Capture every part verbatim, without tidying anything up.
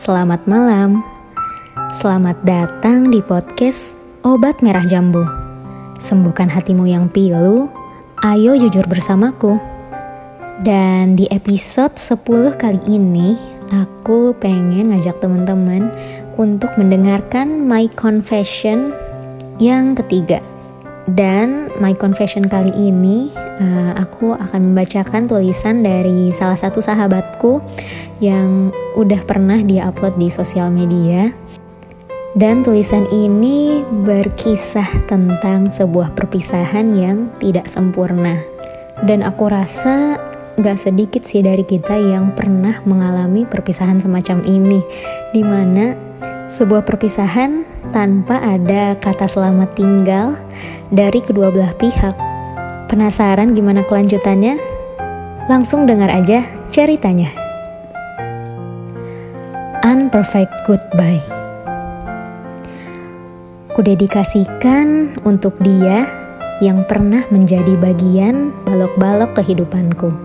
Selamat malam. Selamat datang di podcast Obat Merah Jambu. Sembuhkan hatimu yang pilu, ayo jujur bersamaku. Dan di episode sepuluh kali ini, aku pengen ngajak teman-teman untuk mendengarkan My Confession yang ketiga. Dan My Confession kali ini uh, aku akan membacakan tulisan dari salah satu sahabatku yang udah pernah dia upload di sosial media. Dan tulisan ini berkisah tentang sebuah perpisahan yang tidak sempurna. Dan aku rasa gak sedikit sih dari kita yang pernah mengalami perpisahan semacam ini, dimana sebuah perpisahan tanpa ada kata selamat tinggal dari kedua belah pihak. Penasaran gimana kelanjutannya? Langsung dengar aja ceritanya. Unperfect Goodbye. Kudedikasikan untuk dia yang pernah menjadi bagian balok-balok kehidupanku.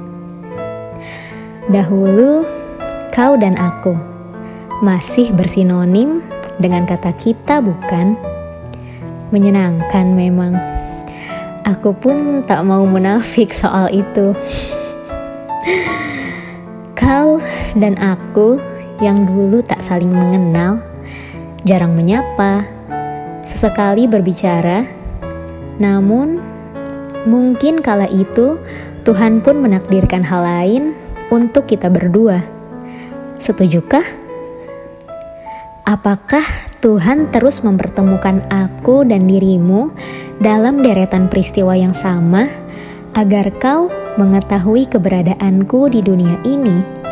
Dahulu, kau dan aku masih bersinonim dengan kata kita, bukan? Menyenangkan memang. Aku pun tak mau munafik soal itu. Kau dan aku yang dulu tak saling mengenal, jarang menyapa, sesekali berbicara, namun mungkin kala itu Tuhan pun menakdirkan hal lain untuk kita berdua. Setujukah? Apakah Tuhan terus mempertemukan aku dan dirimu dalam deretan peristiwa yang sama agar kau mengetahui keberadaanku di dunia ini?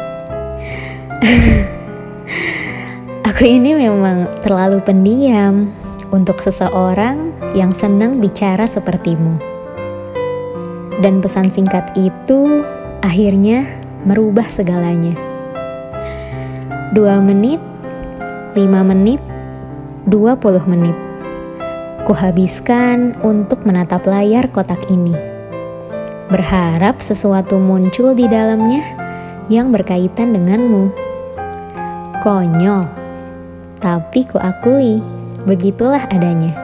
Aku ini memang terlalu pendiam untuk seseorang yang senang bicara sepertimu. Dan pesan singkat itu akhirnya merubah segalanya. Dua menit, lima menit, dua puluh menit. Kuhabiskan untuk menatap layar kotak ini. Berharap sesuatu muncul di dalamnya yang berkaitan denganmu. Konyol, tapi kuakui, begitulah adanya.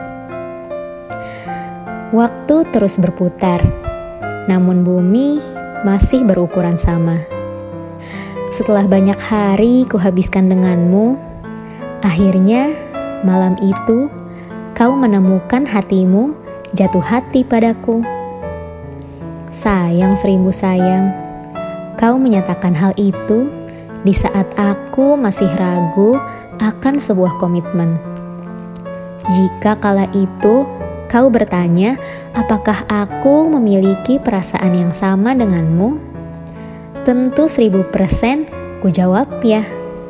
Waktu terus berputar, namun bumi masih berukuran sama. Setelah banyak hari kuhabiskan denganmu, akhirnya malam itu kau menemukan hatimu jatuh hati padaku. Sayang seribu sayang, kau menyatakan hal itu di saat aku masih ragu akan sebuah komitmen. Jika kala itu kau bertanya apakah aku memiliki perasaan yang sama denganmu, tentu seribu persen ku jawab ya.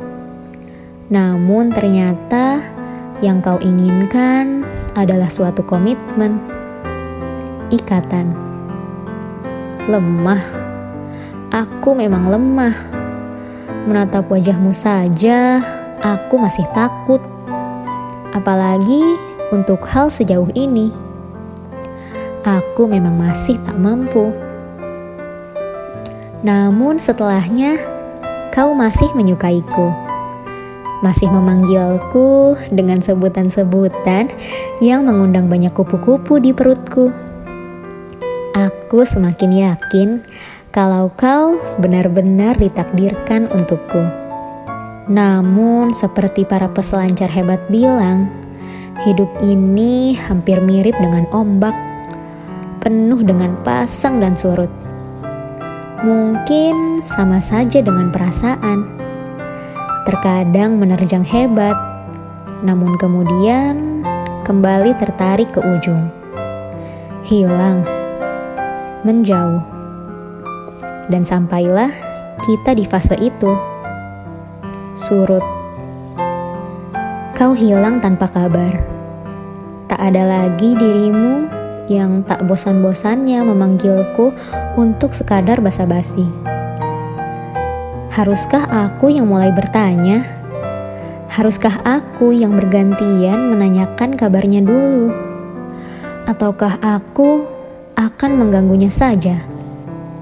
Namun ternyata yang kau inginkan adalah suatu komitmen, ikatan. Lemah, aku memang lemah. Menatap wajahmu saja, aku masih takut. Apalagi untuk hal sejauh ini. Aku memang masih tak mampu. Namun setelahnya, kau masih menyukaiku. Masih memanggilku dengan sebutan-sebutan yang mengundang banyak kupu-kupu di perutku. Aku semakin yakin kalau kau benar-benar ditakdirkan untukku. Namun seperti para peselancar hebat bilang, hidup ini hampir mirip dengan ombak, penuh dengan pasang dan surut. Mungkin sama saja dengan perasaan. Terkadang menerjang hebat, namun kemudian kembali tertarik ke ujung. Hilang, menjauh. Dan sampailah kita di fase itu. Surut. Kau hilang tanpa kabar. Tak ada lagi dirimu yang tak bosan-bosannya memanggilku untuk sekadar basa-basi. Haruskah aku yang mulai bertanya? Haruskah aku yang bergantian menanyakan kabarnya dulu? Ataukah aku akan mengganggunya saja?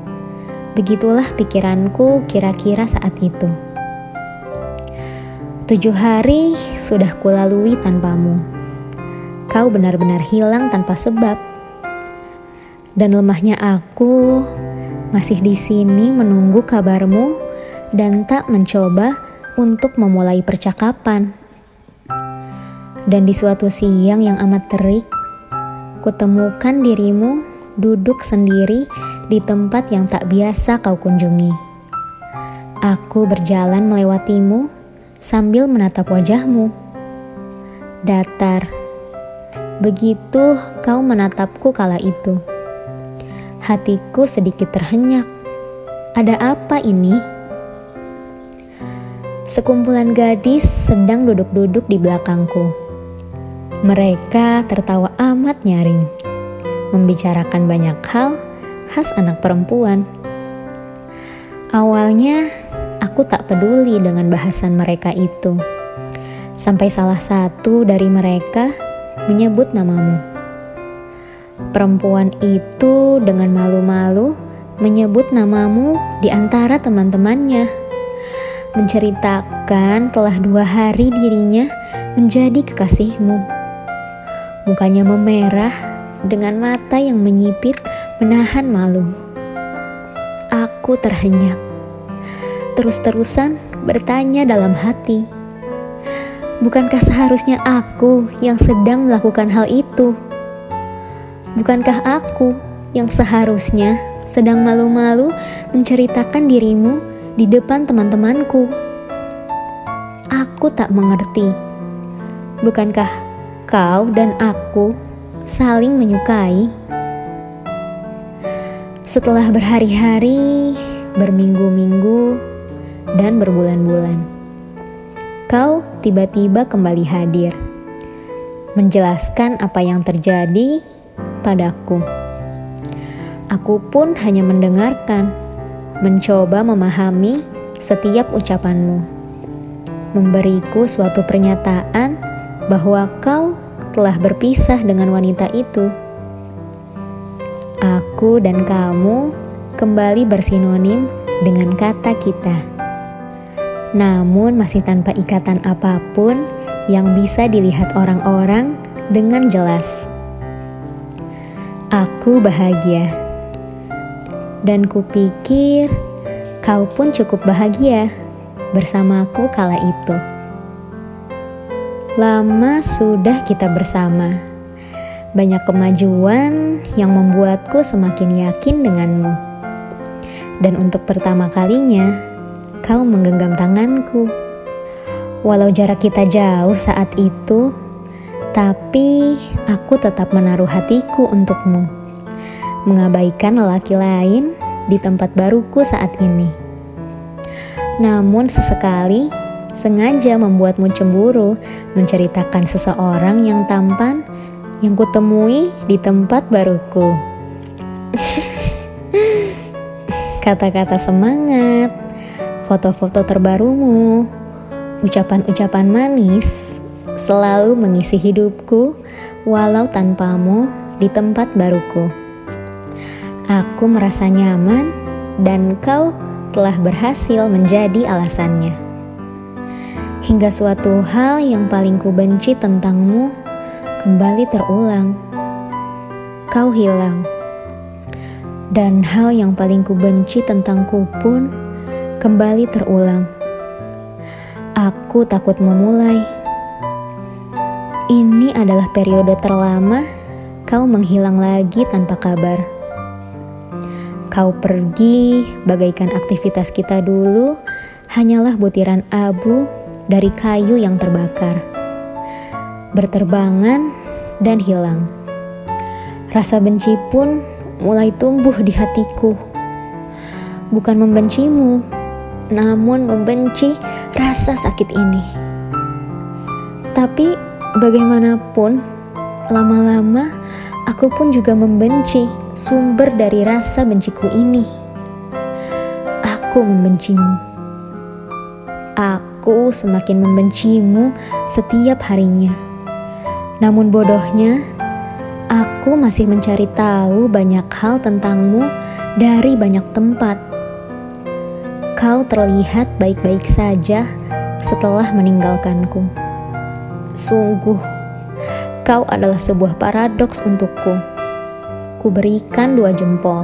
Begitulah pikiranku kira-kira saat itu. Tujuh hari sudah kulalui tanpamu. Kau benar-benar hilang tanpa sebab. Dan lemahnya aku masih di sini menunggu kabarmu dan tak mencoba untuk memulai percakapan. Dan di suatu siang yang amat terik, kutemukan dirimu duduk sendiri di tempat yang tak biasa kau kunjungi. Aku berjalan melewatimu sambil menatap wajahmu. Datar, begitu kau menatapku kala itu. Hatiku sedikit terhenyak. Ada apa ini? Sekumpulan gadis sedang duduk-duduk di belakangku. Mereka tertawa amat nyaring, membicarakan banyak hal khas anak perempuan. Awalnya aku tak peduli dengan bahasan mereka itu, sampai salah satu dari mereka menyebut namamu. Perempuan itu dengan malu-malu menyebut namamu di antara teman-temannya, menceritakan telah dua hari dirinya menjadi kekasihmu. Mukanya memerah dengan mata yang menyipit menahan malu. Aku terhenyak, terus-terusan bertanya dalam hati, bukankah seharusnya aku yang sedang melakukan hal itu? Bukankah aku yang seharusnya sedang malu-malu menceritakan dirimu di depan teman-temanku? Aku tak mengerti. Bukankah kau dan aku saling menyukai? Setelah berhari-hari, berminggu-minggu, dan berbulan-bulan, kau tiba-tiba kembali hadir, menjelaskan apa yang terjadi padaku. Aku pun hanya mendengarkan, mencoba memahami setiap ucapanmu, memberiku suatu pernyataan bahwa kau telah berpisah dengan wanita itu. Aku dan kamu kembali bersinonim dengan kata kita, namun masih tanpa ikatan apapun yang bisa dilihat orang-orang dengan jelas. Aku bahagia, dan kupikir kau pun cukup bahagia bersamaku kala itu. Lama sudah kita bersama. Banyak kemajuan yang membuatku semakin yakin denganmu. Dan untuk pertama kalinya, kau menggenggam tanganku. Walau jarak kita jauh saat itu, tapi aku tetap menaruh hatiku untukmu, mengabaikan lelaki lain di tempat baruku saat ini. Namun sesekali sengaja membuatmu cemburu menceritakan seseorang yang tampan yang kutemui di tempat baruku. Kata-kata semangat, foto-foto terbarumu, ucapan-ucapan manis selalu mengisi hidupku walau tanpamu di tempat baruku. Aku merasa nyaman dan kau telah berhasil menjadi alasannya. Hingga suatu hal yang paling kubenci tentangmu kembali terulang. Kau hilang. Dan hal yang paling kubenci tentangku pun kembali terulang. Aku takut memulai. Ini adalah periode terlama kau menghilang lagi tanpa kabar. Kau pergi bagaikan aktivitas kita dulu hanyalah butiran abu dari kayu yang terbakar, berterbangan dan hilang. Rasa benci pun mulai tumbuh di hatiku. Bukan membencimu, namun membenci rasa sakit ini. Tapi bagaimanapun, lama-lama aku pun juga membenci sumber dari rasa benciku ini. Aku membencimu. Aku semakin membencimu setiap harinya. Namun bodohnya, aku masih mencari tahu banyak hal tentangmu dari banyak tempat. Kau terlihat baik-baik saja setelah meninggalkanku. Sungguh, kau adalah sebuah paradoks untukku. Ku berikan dua jempol.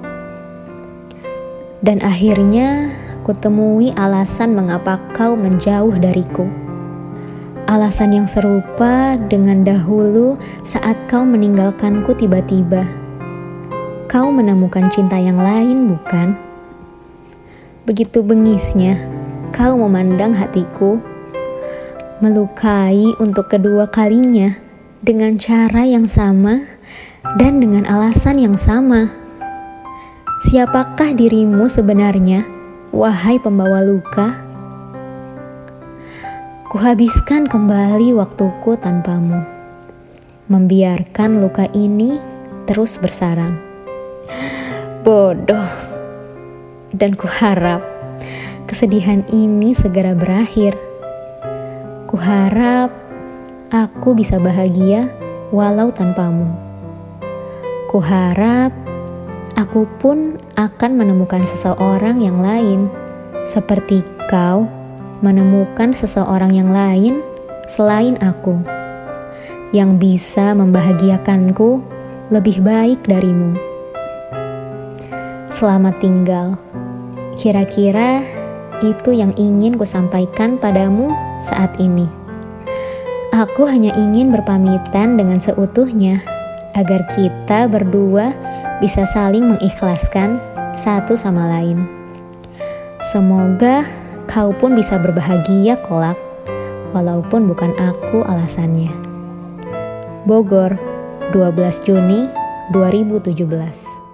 Dan akhirnya kutemui alasan mengapa kau menjauh dariku. Alasan yang serupa dengan dahulu saat kau meninggalkanku tiba-tiba. Kau menemukan cinta yang lain, bukan? Begitu bengisnya kau memandang hatiku, melukai untuk kedua kalinya dengan cara yang sama dan dengan alasan yang sama. Siapakah dirimu sebenarnya, wahai pembawa luka? Kuhabiskan kembali waktuku tanpamu, membiarkan luka ini terus bersarang. Bodoh. Dan kuharap kesedihan ini segera berakhir. Kuharap aku bisa bahagia walau tanpamu. Kuharap aku pun akan menemukan seseorang yang lain, seperti kau menemukan seseorang yang lain selain aku, yang bisa membahagiakanku lebih baik darimu. Selamat tinggal. Kira-kira itu yang ingin kusampaikan padamu saat ini. Aku hanya ingin berpamitan dengan seutuhnya, agar kita berdua bisa saling mengikhlaskan satu sama lain. Semoga kau pun bisa berbahagia kelak, walaupun bukan aku alasannya. Bogor, dua belas Juni dua ribu tujuh belas.